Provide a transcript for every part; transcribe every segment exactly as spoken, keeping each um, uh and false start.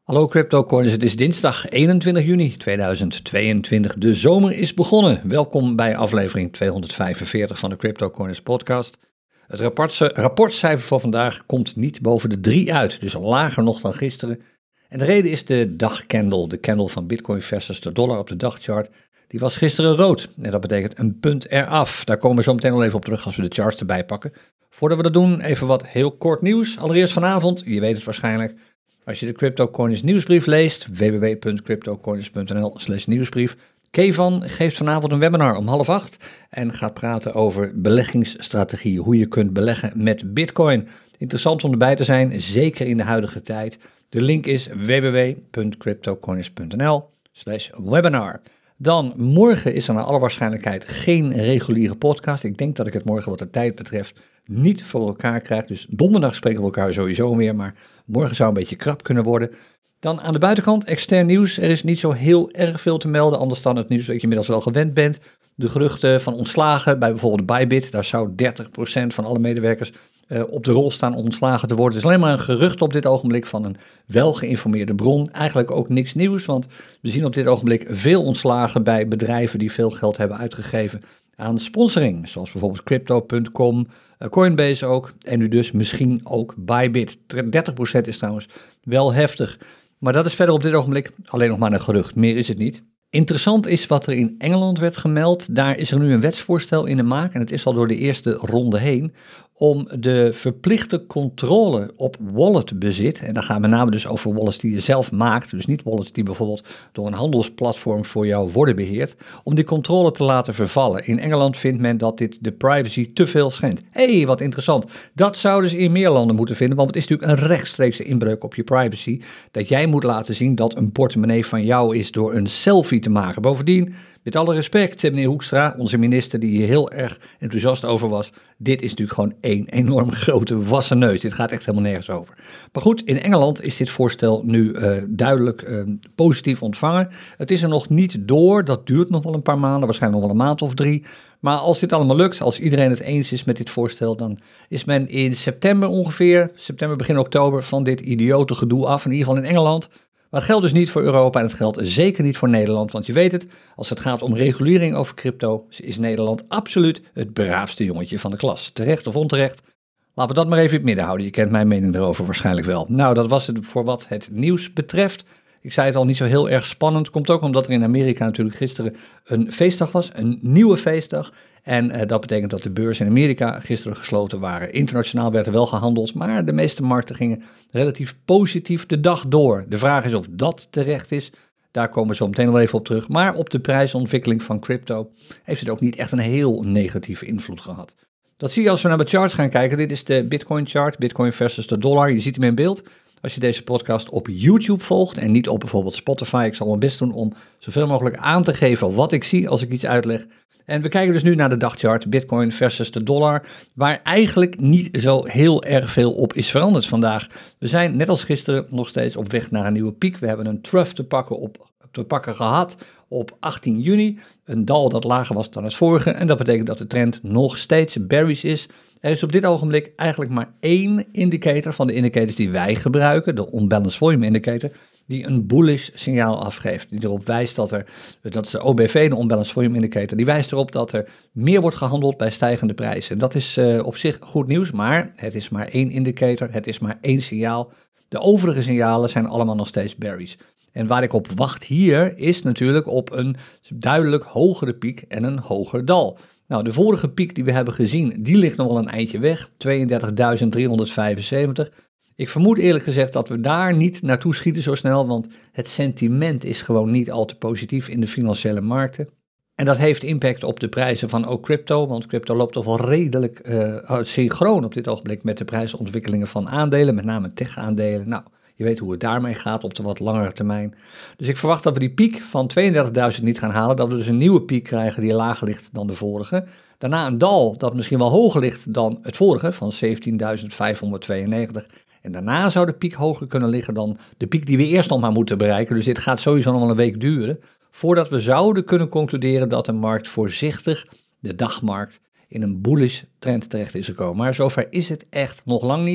Hallo CryptoCoiners, het is dinsdag eenentwintig juni tweeduizend tweeëntwintig. De zomer is begonnen. Welkom bij aflevering tweehonderdvijfenveertig van de CryptoCoiners podcast. Het rapportce- rapportcijfer van vandaag komt niet boven de drie uit, dus lager nog dan gisteren. En de reden is de dagcandle, de candle van Bitcoin versus de dollar op de dagchart. Die was gisteren rood en dat betekent een punt eraf. Daar komen we zo meteen wel even op terug als we de charts erbij pakken. Voordat we dat doen, even wat heel kort nieuws. Allereerst vanavond, je weet het waarschijnlijk. Als je de CryptoCoiners nieuwsbrief leest, w w w punt cryptocoiners punt n l slash nieuwsbrief. Kevan geeft vanavond een webinar om half acht en gaat praten over beleggingsstrategieën, hoe je kunt beleggen met Bitcoin. Interessant om erbij te zijn, zeker in de huidige tijd. De link is w w w punt cryptocoiners punt n l slash webinar. Dan, morgen is er naar alle waarschijnlijkheid geen reguliere podcast. Ik denk dat ik het morgen wat de tijd betreft niet voor elkaar krijg. Dus donderdag spreken we elkaar sowieso weer, maar morgen zou een beetje krap kunnen worden. Dan aan de buitenkant, extern nieuws. Er is niet zo heel erg veel te melden, anders dan het nieuws dat je inmiddels wel gewend bent. De geruchten van ontslagen bij bijvoorbeeld Bybit, daar zou dertig procent van alle medewerkers uh, op de rol staan om ontslagen te worden. Het is alleen maar een gerucht op dit ogenblik van een welgeïnformeerde bron. Eigenlijk ook niks nieuws, want we zien op dit ogenblik veel ontslagen bij bedrijven die veel geld hebben uitgegeven aan sponsoring. Zoals bijvoorbeeld crypto punt com, uh, Coinbase ook en nu dus misschien ook Bybit. dertig procent is trouwens wel heftig. Maar dat is verder op dit ogenblik alleen nog maar een gerucht, meer is het niet. Interessant is wat er in Engeland werd gemeld. Daar is er nu een wetsvoorstel in de maak en het is al door de eerste ronde heen om de verplichte controle op walletbezit, en dan gaan we met name dus over wallets die je zelf maakt, dus niet wallets die bijvoorbeeld door een handelsplatform voor jou worden beheerd, om die controle te laten vervallen. In Engeland vindt men dat dit de privacy te veel schendt. Hé, hey, wat interessant. Dat zouden ze in meer landen moeten vinden, want het is natuurlijk een rechtstreekse inbreuk op je privacy, dat jij moet laten zien dat een portemonnee van jou is door een selfie te maken. Bovendien, met alle respect, meneer Hoekstra, onze minister die hier heel erg enthousiast over was, dit is natuurlijk gewoon één enorm grote wassen neus. Dit gaat echt helemaal nergens over. Maar goed, in Engeland is dit voorstel nu uh, duidelijk uh, positief ontvangen. Het is er nog niet door, dat duurt nog wel een paar maanden, waarschijnlijk nog wel een maand of drie. Maar als dit allemaal lukt, als iedereen het eens is met dit voorstel, dan is men in september ongeveer, september begin oktober, van dit idiote gedoe af, in ieder geval in Engeland. Maar het geldt dus niet voor Europa en het geldt zeker niet voor Nederland, want je weet het, als het gaat om regulering over crypto, is Nederland absoluut het braafste jongetje van de klas. Terecht of onterecht, laten we dat maar even in het midden houden. Je kent mijn mening erover waarschijnlijk wel. Nou, dat was het voor wat het nieuws betreft. Ik zei het al, niet zo heel erg spannend. Komt ook omdat er in Amerika natuurlijk gisteren een feestdag was, een nieuwe feestdag. En uh, dat betekent dat de beurzen in Amerika gisteren gesloten waren. Internationaal werd er wel gehandeld, maar de meeste markten gingen relatief positief de dag door. De vraag is of dat terecht is. Daar komen we zo meteen wel even op terug. Maar op de prijsontwikkeling van crypto heeft het ook niet echt een heel negatieve invloed gehad. Dat zie je als we naar de charts gaan kijken. Dit is de Bitcoin chart, Bitcoin versus de dollar. Je ziet hem in beeld. Als je deze podcast op YouTube volgt en niet op bijvoorbeeld Spotify, ik zal mijn best doen om zoveel mogelijk aan te geven wat ik zie als ik iets uitleg. En we kijken dus nu naar de dagchart, Bitcoin versus de dollar, waar eigenlijk niet zo heel erg veel op is veranderd vandaag. We zijn net als gisteren nog steeds op weg naar een nieuwe piek. We hebben een trough te pakken, op, te pakken gehad op achttien juni, een dal dat lager was dan het vorige en dat betekent dat de trend nog steeds bearish is. Er is op dit ogenblik eigenlijk maar één indicator van de indicators die wij gebruiken, de Unbalanced Volume Indicator, die een bullish signaal afgeeft. Die erop wijst dat er, dat is de O B V, de Unbalanced Volume Indicator, die wijst erop dat er meer wordt gehandeld bij stijgende prijzen. En dat is uh, op zich goed nieuws, maar het is maar één indicator, het is maar één signaal. De overige signalen zijn allemaal nog steeds bearish. En waar ik op wacht hier is natuurlijk op een duidelijk hogere piek en een hoger dal. Nou, de vorige piek die we hebben gezien, die ligt nog wel een eindje weg, tweeëndertigduizend driehonderdvijfenzeventig. Ik vermoed eerlijk gezegd dat we daar niet naartoe schieten zo snel, want het sentiment is gewoon niet al te positief in de financiële markten. En dat heeft impact op de prijzen van ook crypto, want crypto loopt toch wel redelijk uh, synchroon op dit ogenblik met de prijsontwikkelingen van aandelen, met name tech-aandelen. Nou, je weet hoe het daarmee gaat op de wat langere termijn. Dus ik verwacht dat we die piek van tweeëndertigduizend niet gaan halen, dat we dus een nieuwe piek krijgen die lager ligt dan de vorige. Daarna een dal dat misschien wel hoger ligt dan het vorige, van zeventienduizend vijfhonderdtweeënnegentig. En daarna zou de piek hoger kunnen liggen dan de piek die we eerst nog maar moeten bereiken. Dus dit gaat sowieso nog wel een week duren, voordat we zouden kunnen concluderen dat de markt voorzichtig, de dagmarkt, in een bullish trend terecht is gekomen. Maar zover is het echt nog lang niet.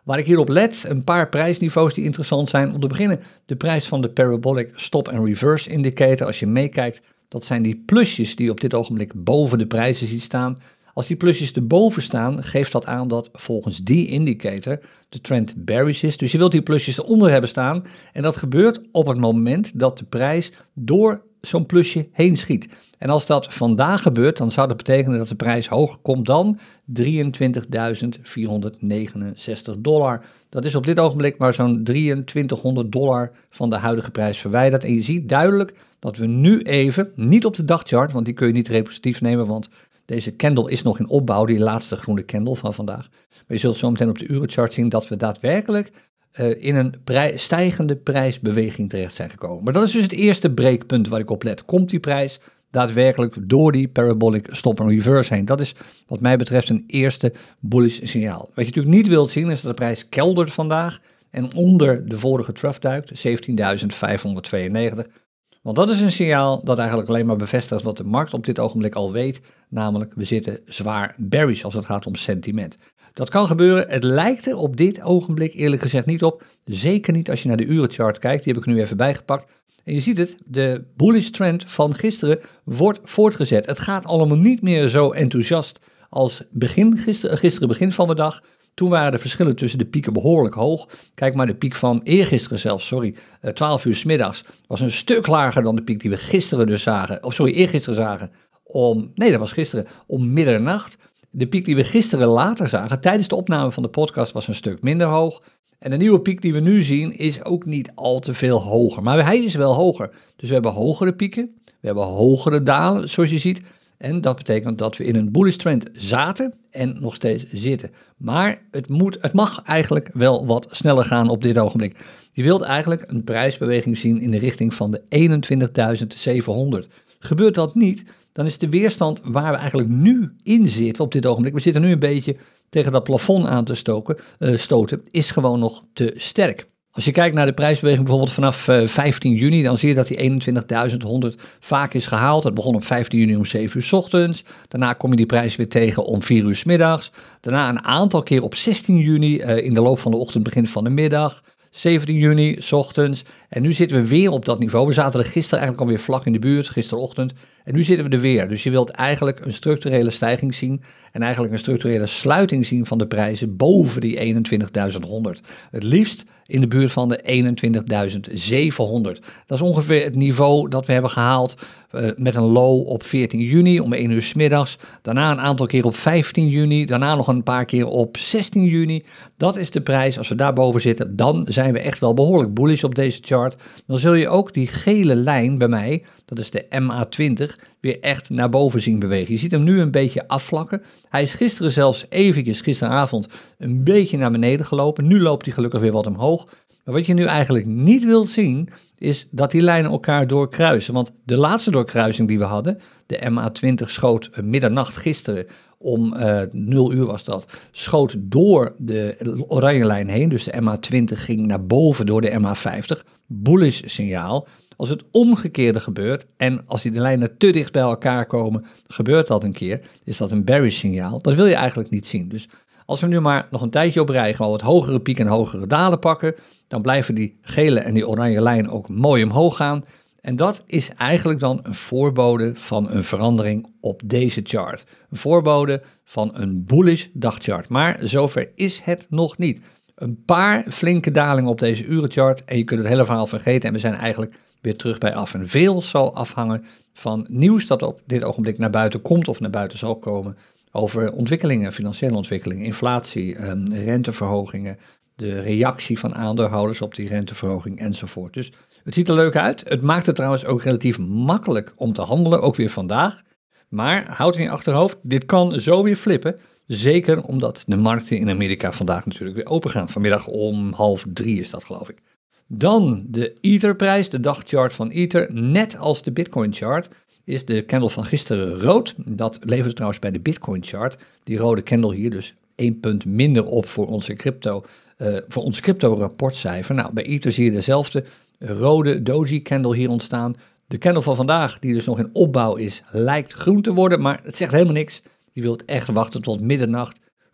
Waar ik hier op let, een paar prijsniveaus die interessant zijn. Om te beginnen de prijs van de Parabolic Stop and Reverse Indicator. Als je meekijkt, dat zijn die plusjes die je op dit ogenblik boven de prijzen ziet staan. Als die plusjes erboven staan, geeft dat aan dat volgens die indicator de trend bearish is. Dus je wilt die plusjes eronder hebben staan. En dat gebeurt op het moment dat de prijs door zo'n plusje heen schiet. En als dat vandaag gebeurt, dan zou dat betekenen dat de prijs hoger komt dan drieëntwintigduizend vierhonderdnegenenzestig dollar. Dat is op dit ogenblik maar zo'n drieëntwintighonderd dollar van de huidige prijs verwijderd. En je ziet duidelijk dat we nu even, niet op de dagchart, want die kun je niet representatief nemen, want deze candle is nog in opbouw, die laatste groene candle van vandaag. Maar je zult zo meteen op de urenchart zien dat we daadwerkelijk uh, in een prij- stijgende prijsbeweging terecht zijn gekomen. Maar dat is dus het eerste breekpunt waar ik op let. Komt die prijs daadwerkelijk door die parabolic stop and reverse heen? Dat is wat mij betreft een eerste bullish signaal. Wat je natuurlijk niet wilt zien is dat de prijs keldert vandaag en onder de vorige trough duikt, zeventienduizend vijfhonderdtweeënnegentig. Want dat is een signaal dat eigenlijk alleen maar bevestigt wat de markt op dit ogenblik al weet, namelijk we zitten zwaar bearish als het gaat om sentiment. Dat kan gebeuren, het lijkt er op dit ogenblik eerlijk gezegd niet op, zeker niet als je naar de urenchart kijkt, die heb ik nu even bijgepakt. En je ziet het, de bullish trend van gisteren wordt voortgezet. Het gaat allemaal niet meer zo enthousiast als begin gisteren, gisteren begin van de dag. Toen waren de verschillen tussen de pieken behoorlijk hoog. Kijk maar, de piek van eergisteren zelfs, sorry, twaalf uur 's middags was een stuk lager dan de piek die we gisteren dus zagen. Of sorry, eergisteren zagen om, nee dat was gisteren, om middernacht. De piek die we gisteren later zagen, tijdens de opname van de podcast, was een stuk minder hoog. En de nieuwe piek die we nu zien is ook niet al te veel hoger. Maar hij is wel hoger. Dus we hebben hogere pieken, we hebben hogere dalen, zoals je ziet. En dat betekent dat we in een bullish trend zaten en nog steeds zitten. Maar het, moet, het mag eigenlijk wel wat sneller gaan op dit ogenblik. Je wilt eigenlijk een prijsbeweging zien in de richting van de eenentwintigduizend zevenhonderd. Gebeurt dat niet, dan is de weerstand waar we eigenlijk nu in zitten op dit ogenblik, we zitten nu een beetje tegen dat plafond aan te stoken, uh, stoten, is gewoon nog te sterk. Als je kijkt naar de prijsbeweging bijvoorbeeld vanaf uh, vijftien juni, dan zie je dat die eenentwintigduizend honderd vaak is gehaald. Het begon op vijftien juni om zeven uur 's ochtends. Daarna kom je die prijs weer tegen om vier uur 's middags. Daarna een aantal keer op zestien juni uh, in de loop van de ochtend, begin van de middag. zeventien juni 's ochtends. En nu zitten we weer op dat niveau. We zaten er gisteren eigenlijk alweer vlak in de buurt, gisterochtend. En nu zitten we er weer. Dus je wilt eigenlijk een structurele stijging zien en eigenlijk een structurele sluiting zien van de prijzen boven die eenentwintigduizend honderd. Het liefst in de buurt van de eenentwintigduizend zevenhonderd. Dat is ongeveer het niveau dat we hebben gehaald uh, met een low op veertien juni om één uur 's middags. Daarna een aantal keer op vijftien juni. Daarna nog een paar keer op zestien juni. Dat is de prijs. Als we daarboven zitten, dan zijn we echt wel behoorlijk bullish op deze chart. Dan zul je ook die gele lijn bij mij, dat is de M A twintig, weer echt naar boven zien bewegen. Je ziet hem nu een beetje afvlakken. Hij is gisteren zelfs eventjes, gisteravond, een beetje naar beneden gelopen. Nu loopt hij gelukkig weer wat omhoog. Maar wat je nu eigenlijk niet wilt zien, is dat die lijnen elkaar doorkruisen. Want de laatste doorkruising die we hadden, de M A twintig schoot middernacht gisteren, om uh, nul uur was dat, schoot door de oranje lijn heen. Dus de M A twintig ging naar boven door de M A vijftig. Bullish signaal. Als het omgekeerde gebeurt en als die de lijnen te dicht bij elkaar komen, gebeurt dat een keer, is dat een bearish signaal. Dat wil je eigenlijk niet zien. Dus als we nu maar nog een tijdje op rij gewoon wat hogere pieken en hogere dalen pakken, dan blijven die gele en die oranje lijn ook mooi omhoog gaan. En dat is eigenlijk dan een voorbode van een verandering op deze chart. Een voorbode van een bullish dagchart. Maar zover is het nog niet. Een paar flinke dalingen op deze urenchart en je kunt het hele verhaal vergeten en we zijn eigenlijk weer terug bij af. En veel zal afhangen van nieuws dat op dit ogenblik naar buiten komt of naar buiten zal komen over ontwikkelingen, financiële ontwikkelingen, inflatie, um, renteverhogingen, de reactie van aandeelhouders op die renteverhoging enzovoort. Dus het ziet er leuk uit. Het maakt het trouwens ook relatief makkelijk om te handelen, ook weer vandaag. Maar houd in je achterhoofd, dit kan zo weer flippen. Zeker omdat de markten in Amerika vandaag natuurlijk weer open gaan. Vanmiddag om half drie is dat, geloof ik. Dan de Ether-prijs, de dagchart van Ether. Net als de Bitcoin-chart is de candle van gisteren rood. Dat levert trouwens bij de Bitcoin-chart. Die rode candle hier dus één punt minder op voor onze crypto, uh, voor ons crypto-rapportcijfer. Nou, bij Ether zie je dezelfde rode doji-candle hier ontstaan. De candle van vandaag, die dus nog in opbouw is, lijkt groen te worden, maar het zegt helemaal niks. Je wilt echt wachten tot middernacht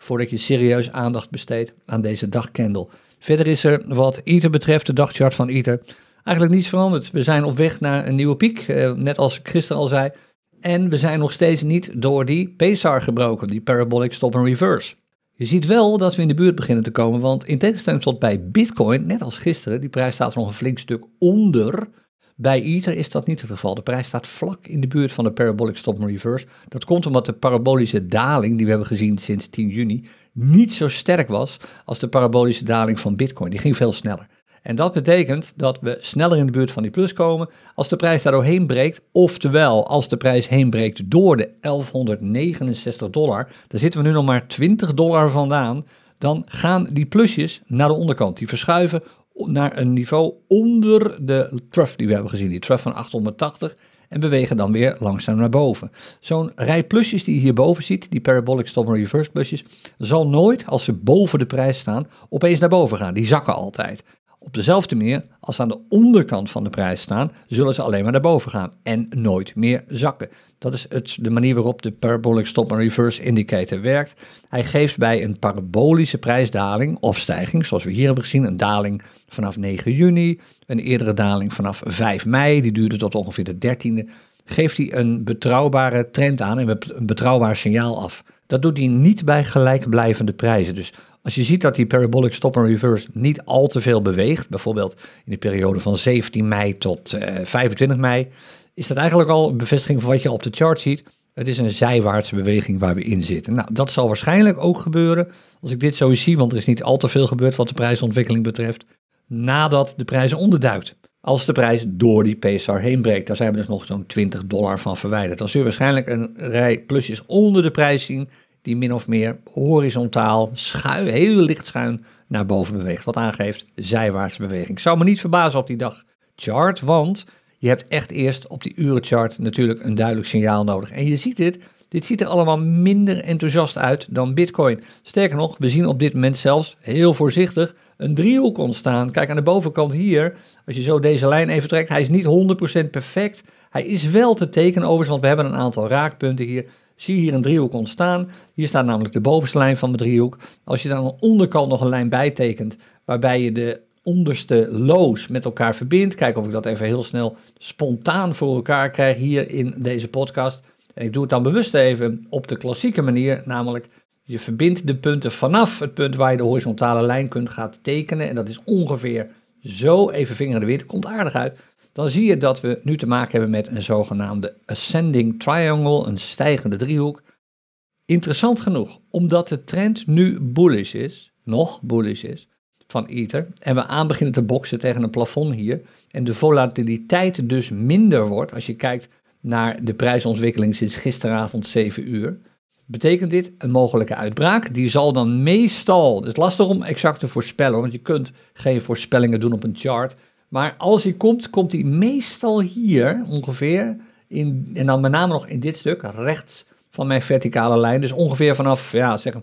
voordat je serieus aandacht besteedt aan deze dagcandle. Verder is er wat Ether betreft, de dagchart van Ether, eigenlijk niets veranderd. We zijn op weg naar een nieuwe piek, uh, net als ik gisteren al zei. En we zijn nog steeds niet door die P S A R gebroken, die Parabolic Stop and Reverse. Je ziet wel dat we in de buurt beginnen te komen, want in tegenstelling tot bij Bitcoin, net als gisteren, die prijs staat er nog een flink stuk onder. Bij Ether is dat niet het geval. De prijs staat vlak in de buurt van de Parabolic Stop and Reverse. Dat komt omdat de parabolische daling die we hebben gezien sinds tien juni niet zo sterk was als de parabolische daling van Bitcoin. Die ging veel sneller. En dat betekent dat we sneller in de buurt van die plus komen als de prijs daar doorheen breekt. Oftewel, als de prijs heen breekt door de elfhonderdnegenenzestig dollar, daar zitten we nu nog maar twintig dollar vandaan, dan gaan die plusjes naar de onderkant. Die verschuiven naar een niveau onder de trough die we hebben gezien, die trough van achthonderdtachtig, en bewegen dan weer langzaam naar boven. Zo'n rij plusjes die je hierboven ziet, die Parabolic Stop and Reverse plusjes, zal nooit, als ze boven de prijs staan, opeens naar boven gaan. Die zakken altijd. Op dezelfde manier, als ze aan de onderkant van de prijs staan, zullen ze alleen maar naar boven gaan en nooit meer zakken. Dat is het, de manier waarop de Parabolic Stop and Reverse Indicator werkt. Hij geeft bij een parabolische prijsdaling of stijging, zoals we hier hebben gezien, een daling vanaf negen juni, een eerdere daling vanaf vijf mei, die duurde tot ongeveer de dertiende, geeft hij een betrouwbare trend aan en een betrouwbaar signaal af. Dat doet hij niet bij gelijkblijvende prijzen. Dus als je ziet dat die Parabolic Stop and Reverse niet al te veel beweegt, bijvoorbeeld in de periode van zeventien mei tot uh, vijfentwintig mei, is dat eigenlijk al een bevestiging van wat je op de chart ziet. Het is een zijwaartse beweging waar we in zitten. Nou, dat zal waarschijnlijk ook gebeuren als ik dit zo zie, want er is niet al te veel gebeurd wat de prijsontwikkeling betreft, nadat de prijs onderduikt. Als de prijs door die P S A R heen breekt, daar zijn we dus nog zo'n twintig dollar van verwijderd. Dan zul je waarschijnlijk een rij plusjes onder de prijs zien, die min of meer horizontaal, schuin, heel licht schuin naar boven beweegt. Wat aangeeft zijwaartse beweging. Ik zou me niet verbazen op die dagchart, want je hebt echt eerst op die urenchart natuurlijk een duidelijk signaal nodig. En je ziet dit, dit ziet er allemaal minder enthousiast uit dan Bitcoin. Sterker nog, we zien op dit moment zelfs heel voorzichtig een driehoek ontstaan. Kijk aan de bovenkant hier, als je zo deze lijn even trekt, hij is niet honderd procent perfect. Hij is wel te tekenen overigens, want we hebben een aantal raakpunten hier. Zie je hier een driehoek ontstaan. Hier staat namelijk de bovenste lijn van de driehoek. Als je dan aan de onderkant nog een lijn bijtekent, waarbij je de onderste lows met elkaar verbindt. Kijk of ik dat even heel snel spontaan voor elkaar krijg hier in deze podcast. En ik doe het dan bewust even op de klassieke manier, namelijk je verbindt de punten vanaf het punt waar je de horizontale lijn kunt gaan tekenen. En dat is ongeveer zo, even vinger in de wind, komt aardig uit. Dan zie je dat we nu te maken hebben met een zogenaamde ascending triangle, een stijgende driehoek. Interessant genoeg, omdat de trend nu bullish is, nog bullish is, van Ether, en we aan beginnen te boksen tegen een plafond hier, en de volatiliteit dus minder wordt, als je kijkt naar de prijsontwikkeling sinds gisteravond zeven uur, betekent dit een mogelijke uitbraak. Die zal dan meestal, het is lastig om exact te voorspellen, want je kunt geen voorspellingen doen op een chart, maar als hij komt, komt hij meestal hier ongeveer, in, en dan met name nog in dit stuk, rechts van mijn verticale lijn, dus ongeveer vanaf, ja, zeg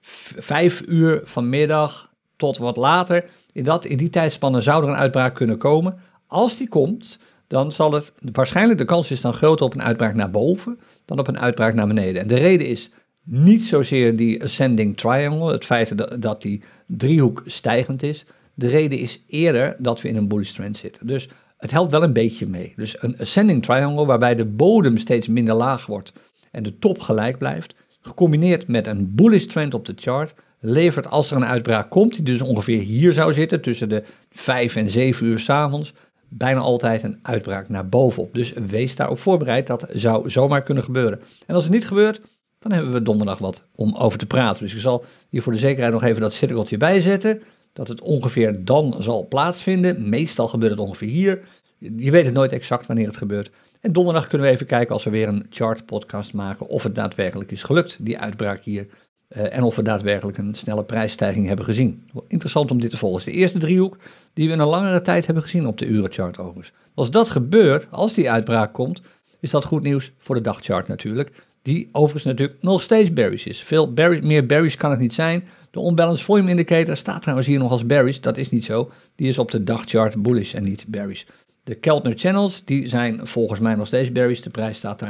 vijf uur vanmiddag tot wat later, in, dat, in die tijdspanne zou er een uitbraak kunnen komen. Als die komt, dan zal het, waarschijnlijk de kans is dan groter op een uitbraak naar boven, dan op een uitbraak naar beneden. En de reden is niet zozeer die ascending triangle, het feit dat, dat die driehoek stijgend is. De reden is eerder dat we in een bullish trend zitten. Dus het helpt wel een beetje mee. Dus een ascending triangle waarbij de bodem steeds minder laag wordt en de top gelijk blijft, gecombineerd met een bullish trend op de chart, levert als er een uitbraak komt, die dus ongeveer hier zou zitten, tussen de vijf en zeven uur 's avonds, bijna altijd een uitbraak naar bovenop. Dus wees daarop voorbereid, dat zou zomaar kunnen gebeuren. En als het niet gebeurt, dan hebben we donderdag wat om over te praten. Dus ik zal hier voor de zekerheid nog even dat cirkeltje bijzetten, dat het ongeveer dan zal plaatsvinden. Meestal gebeurt het ongeveer hier. Je weet het nooit exact wanneer het gebeurt. En donderdag kunnen we even kijken als we weer een chart podcast maken of het daadwerkelijk is gelukt, die uitbraak hier. Uh, en of we daadwerkelijk een snelle prijsstijging hebben gezien. Interessant om dit te volgen. Het is de eerste driehoek die we in een langere tijd hebben gezien op de urenchart overigens. Als dat gebeurt, als die uitbraak komt, is dat goed nieuws voor de dagchart natuurlijk. Die overigens natuurlijk nog steeds bearish is. Veel bearish, meer bearish kan het niet zijn. De unbalanced volume indicator staat trouwens hier nog als bearish. Dat is niet zo. Die is op de dagchart bullish en niet bearish. De Keltner channels die zijn volgens mij nog steeds bearish. De prijs staat daar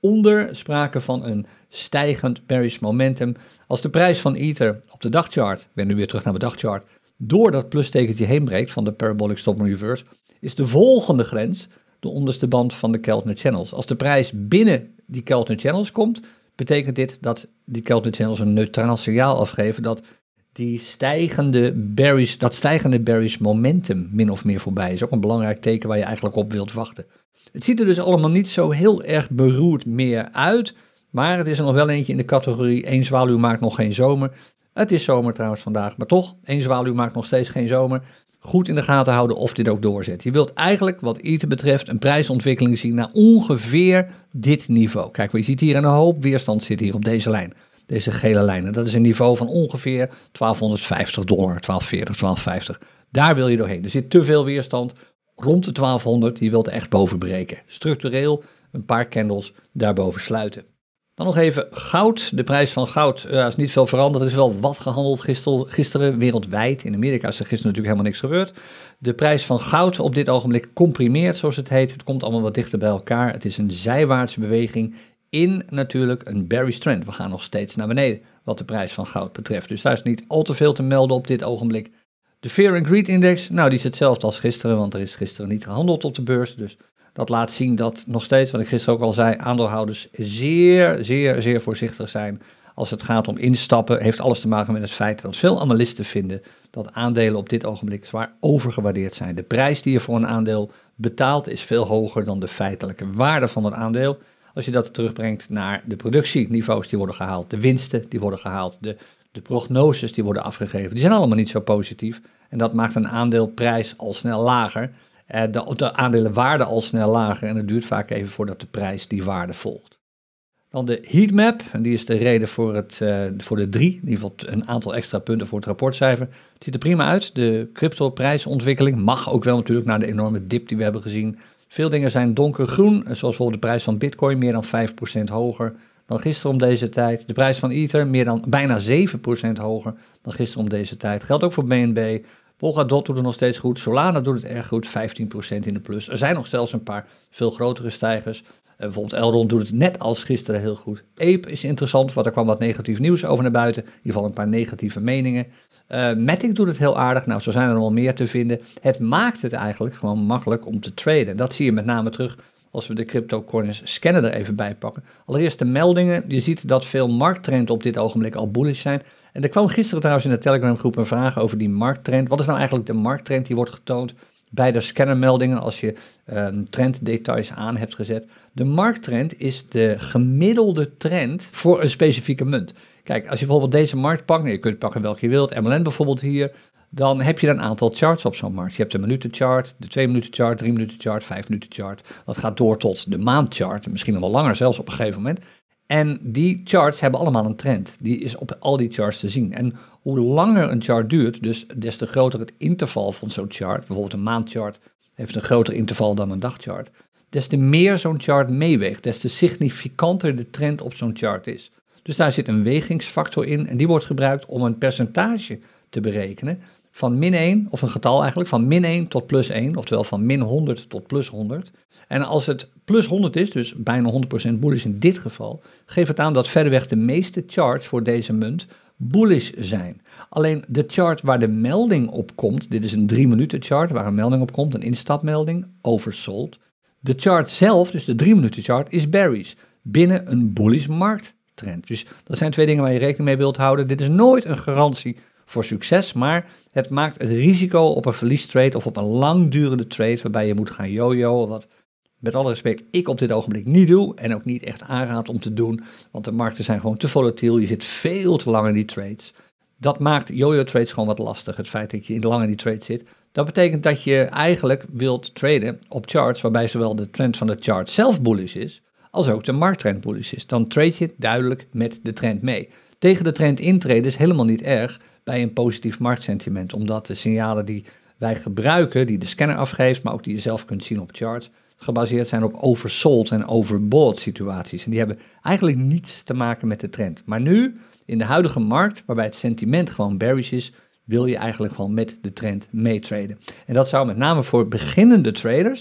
onder sprake van een stijgend bearish momentum. Als de prijs van Ether op de dagchart, ik ben nu weer terug naar mijn dagchart, door dat plustekentje heen breekt van de Parabolic Stop and Reverse, is de volgende grens de onderste band van de Keltner Channels. Als de prijs binnen die Keltner Channels komt, betekent dit dat die Keltner Channels een neutraal signaal afgeven dat die stijgende bearish, dat stijgende bearish momentum min of meer voorbij is. Ook een belangrijk teken waar je eigenlijk op wilt wachten. Het ziet er dus allemaal niet zo heel erg beroerd meer uit, maar het is er nog wel eentje in de categorie één zwaluw maakt nog geen zomer. Het is zomer trouwens vandaag, maar toch, één zwaluw maakt nog steeds geen zomer. Goed in de gaten houden of dit ook doorzet. Je wilt eigenlijk, wat Ether betreft, een prijsontwikkeling zien naar ongeveer dit niveau. Kijk, je ziet hier een hoop weerstand zit hier op deze lijn. Deze gele lijn. En dat is een niveau van ongeveer twaalfhonderdvijftig dollar, twaalf veertig, twaalf vijftig. Daar wil je doorheen. Er zit te veel weerstand rond de twaalfhonderd. Je wilt er echt boven breken. Structureel een paar candles daarboven sluiten. Dan nog even goud. De prijs van goud uh, is niet veel veranderd. Er is wel wat gehandeld gister, gisteren wereldwijd. In Amerika is er gisteren natuurlijk helemaal niks gebeurd. De prijs van goud op dit ogenblik comprimeert, zoals het heet. Het komt allemaal wat dichter bij elkaar. Het is een zijwaartse beweging in natuurlijk een bearish trend. We gaan nog steeds naar beneden wat de prijs van goud betreft. Dus daar is niet al te veel te melden op dit ogenblik. De Fear and Greed Index, nou die is hetzelfde als gisteren, want er is gisteren niet gehandeld op de beurs. Dus dat laat zien dat nog steeds, wat ik gisteren ook al zei, aandeelhouders zeer, zeer, zeer voorzichtig zijn als het gaat om instappen. Heeft alles te maken met het feit dat veel analisten vinden dat aandelen op dit ogenblik zwaar overgewaardeerd zijn. De prijs die je voor een aandeel betaalt is veel hoger dan de feitelijke waarde van het aandeel. Als je dat terugbrengt naar de productieniveaus die worden gehaald, de winsten die worden gehaald, de, de prognoses die worden afgegeven, die zijn allemaal niet zo positief. En dat maakt een aandeelprijs al snel lager. De, de aandelenwaarde al snel lager en het duurt vaak even voordat de prijs die waarde volgt. Dan de heatmap, en die is de reden voor, het, uh, voor de drie, in ieder geval een aantal extra punten voor het rapportcijfer. Het ziet er prima uit, de crypto-prijsontwikkeling mag ook wel natuurlijk naar de enorme dip die we hebben gezien. Veel dingen zijn donkergroen, zoals bijvoorbeeld de prijs van Bitcoin meer dan vijf procent hoger dan gisteren om deze tijd. De prijs van Ether meer dan bijna zeven procent hoger dan gisteren om deze tijd. Geldt ook voor B N B. Polkadot doet het nog steeds goed, Solana doet het erg goed, vijftien procent in de plus. Er zijn nog zelfs een paar veel grotere stijgers. Uh, bijvoorbeeld Elrond doet het net als gisteren heel goed. Ape is interessant, want er kwam wat negatief nieuws over naar buiten. In ieder geval een paar negatieve meningen. Uh, Matic doet het heel aardig, nou zo zijn er nog wel meer te vinden. Het maakt het eigenlijk gewoon makkelijk om te traden. Dat zie je met name terug als we de cryptocurrency scanner er even bij pakken. Allereerst de meldingen. Je ziet dat veel markttrenden op dit ogenblik al bullish zijn. En er kwam gisteren trouwens in de Telegram groep een vraag over die markttrend. Wat is nou eigenlijk de markttrend die wordt getoond bij de scannermeldingen als je um, trenddetails aan hebt gezet? De markttrend is de gemiddelde trend voor een specifieke munt. Kijk, als je bijvoorbeeld deze markt pakt, nou, je kunt pakken welke je wilt, M L N bijvoorbeeld hier, dan heb je een aantal charts op zo'n markt. Je hebt de minutenchart, de twee minuten chart, drie minuten chart, vijf minuten chart. Dat gaat door tot de maandchart, misschien nog wel langer zelfs op een gegeven moment. En die charts hebben allemaal een trend. Die is op al die charts te zien. En hoe langer een chart duurt, dus des te groter het interval van zo'n chart, bijvoorbeeld een maandchart heeft een groter interval dan een dagchart, des te meer zo'n chart meeweegt, des te significanter de trend op zo'n chart is. Dus daar zit een wegingsfactor in en die wordt gebruikt om een percentage te berekenen van min één, of een getal eigenlijk, van min één tot plus één, oftewel van min honderd tot plus honderd. En als het plus honderd is, dus bijna honderd procent bullish in dit geval, geeft het aan dat verreweg de meeste charts voor deze munt bullish zijn. Alleen de chart waar de melding op komt, dit is een drie minuten chart waar een melding op komt, een instapmelding, oversold. De chart zelf, dus de drie minuten chart, is bearish, binnen een bullish markttrend. Dus dat zijn twee dingen waar je rekening mee wilt houden. Dit is nooit een garantie voor succes, maar het maakt het risico op een verliestrade of op een langdurende trade waarbij je moet gaan jojoen, wat met alle respect ik op dit ogenblik niet doe en ook niet echt aanraad om te doen, want de markten zijn gewoon te volatiel, je zit veel te lang in die trades. Dat maakt jojo trades gewoon wat lastig, het feit dat je in de lang in die trade zit. Dat betekent dat je eigenlijk wilt traden op charts waarbij zowel de trend van de chart zelf bullish is, als ook de markttrend bullish is. Dan trade je duidelijk met de trend mee. Tegen de trend intreden is helemaal niet erg bij een positief marktsentiment, omdat de signalen die wij gebruiken, die de scanner afgeeft, maar ook die je zelf kunt zien op charts, gebaseerd zijn op oversold en overbought situaties. En die hebben eigenlijk niets te maken met de trend. Maar nu, in de huidige markt, waarbij het sentiment gewoon bearish is, wil je eigenlijk gewoon met de trend meetraden. En dat zou met name voor beginnende traders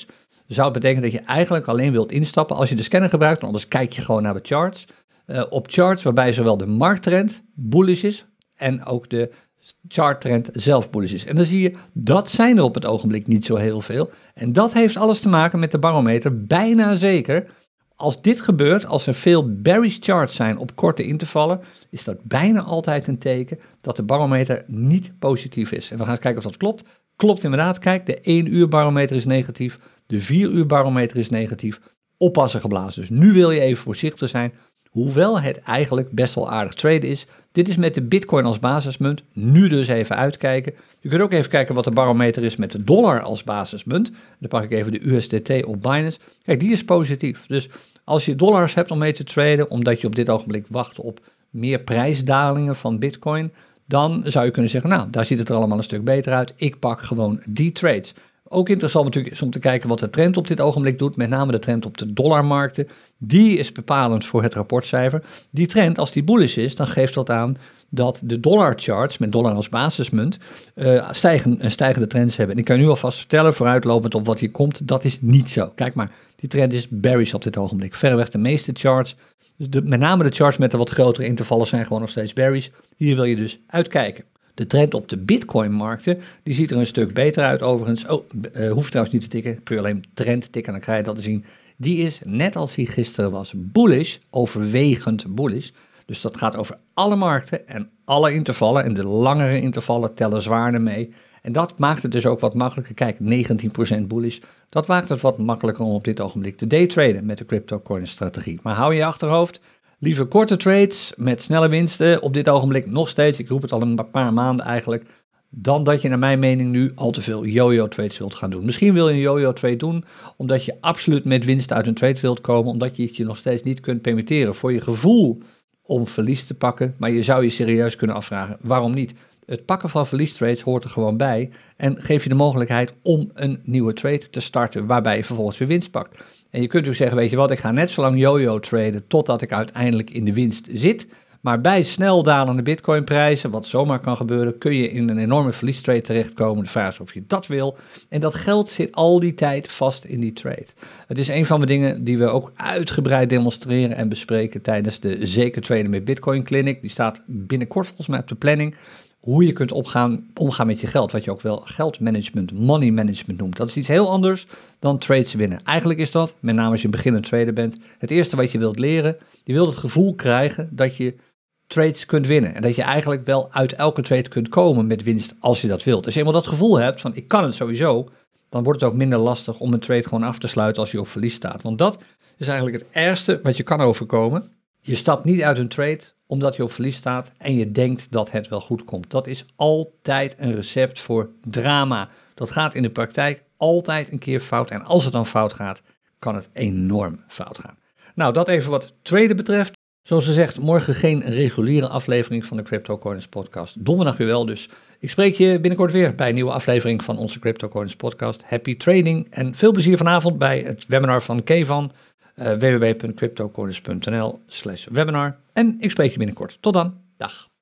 zou het betekenen dat je eigenlijk alleen wilt instappen als je de scanner gebruikt, want anders kijk je gewoon naar de charts. Uh, op charts waarbij zowel de markttrend bullish is en ook de charttrend zelf bullish is. En dan zie je, dat zijn er op het ogenblik niet zo heel veel. En dat heeft alles te maken met de barometer, bijna zeker. Als dit gebeurt, als er veel bearish charts zijn op korte intervallen, is dat bijna altijd een teken dat de barometer niet positief is. En we gaan eens kijken of dat klopt. Klopt inderdaad, kijk, de één uur barometer is negatief, de vier uur barometer is negatief. Oppassen geblazen. Dus nu wil je even voorzichtig zijn, hoewel het eigenlijk best wel aardig traden is. Dit is met de Bitcoin als basismunt, nu dus even uitkijken. Je kunt ook even kijken wat de barometer is met de dollar als basismunt. Dan pak ik even de U S D T op Binance. Kijk, die is positief. Dus als je dollars hebt om mee te traden, omdat je op dit ogenblik wacht op meer prijsdalingen van Bitcoin, dan zou je kunnen zeggen, nou, daar ziet het er allemaal een stuk beter uit. Ik pak gewoon die trades. Ook interessant natuurlijk is om te kijken wat de trend op dit ogenblik doet, met name de trend op de dollarmarkten. Die is bepalend voor het rapportcijfer. Die trend, als die bullish is, dan geeft dat aan dat de dollarcharts, met dollar als basismunt, uh, stijgen, een stijgende trends hebben. En ik kan nu alvast vertellen, vooruitlopend op wat hier komt, dat is niet zo. Kijk maar, die trend is bearish op dit ogenblik. Verreweg de meeste charts, dus de, met name de charts met de wat grotere intervallen zijn gewoon nog steeds bearish. Hier wil je dus uitkijken. De trend op de Bitcoin-markten, die ziet er een stuk beter uit overigens. Oh, uh, hoeft trouwens niet te tikken, kun je alleen trend tikken en dan krijg je dat te zien. Die is, net als die gisteren was, bullish, overwegend bullish. Dus dat gaat over alle markten en alle intervallen en de langere intervallen tellen zwaarder mee. En dat maakt het dus ook wat makkelijker. Kijk, negentien procent bullish. Dat maakt het wat makkelijker om op dit ogenblik te daytraden met de cryptocurrency-strategie. Maar hou in je achterhoofd, liever korte trades met snelle winsten, op dit ogenblik nog steeds, ik roep het al een paar maanden eigenlijk, dan dat je naar mijn mening nu al te veel yo-yo trades wilt gaan doen. Misschien wil je een yo-yo trade doen, omdat je absoluut met winst uit een trade wilt komen, omdat je het je nog steeds niet kunt permitteren voor je gevoel om verlies te pakken, maar je zou je serieus kunnen afvragen, waarom niet? Het pakken van verliestrades hoort er gewoon bij en geef je de mogelijkheid om een nieuwe trade te starten, waarbij je vervolgens weer winst pakt. En je kunt natuurlijk zeggen, weet je wat, ik ga net zo lang yo-yo traden totdat ik uiteindelijk in de winst zit. Maar bij snel dalende bitcoinprijzen, wat zomaar kan gebeuren, kun je in een enorme verliestrade terechtkomen. De vraag is of je dat wil. En dat geld zit al die tijd vast in die trade. Het is een van de dingen die we ook uitgebreid demonstreren en bespreken tijdens de Zeker Traden met Bitcoin Clinic. Die staat binnenkort volgens mij op de planning. Hoe je kunt opgaan, omgaan met je geld, wat je ook wel geldmanagement, money management noemt. Dat is iets heel anders dan trades winnen. Eigenlijk is dat, met name als je een beginnend trader bent, het eerste wat je wilt leren. Je wilt het gevoel krijgen dat je trades kunt winnen. En dat je eigenlijk wel uit elke trade kunt komen met winst als je dat wilt. Als je eenmaal dat gevoel hebt van ik kan het sowieso, dan wordt het ook minder lastig om een trade gewoon af te sluiten als je op verlies staat. Want dat is eigenlijk het ergste wat je kan overkomen. Je stapt niet uit een trade omdat je op verlies staat en je denkt dat het wel goed komt. Dat is altijd een recept voor drama. Dat gaat in de praktijk altijd een keer fout. En als het dan fout gaat, kan het enorm fout gaan. Nou, dat even wat traden betreft. Zoals gezegd, morgen geen reguliere aflevering van de Cryptocurrency Podcast. Donderdag weer wel, dus ik spreek je binnenkort weer bij een nieuwe aflevering van onze Cryptocurrency Podcast. Happy trading en veel plezier vanavond bij het webinar van Kevan. Uh, w w w punt cryptocurrency punt n l slash webinar. En ik spreek je binnenkort. Tot dan. Dag.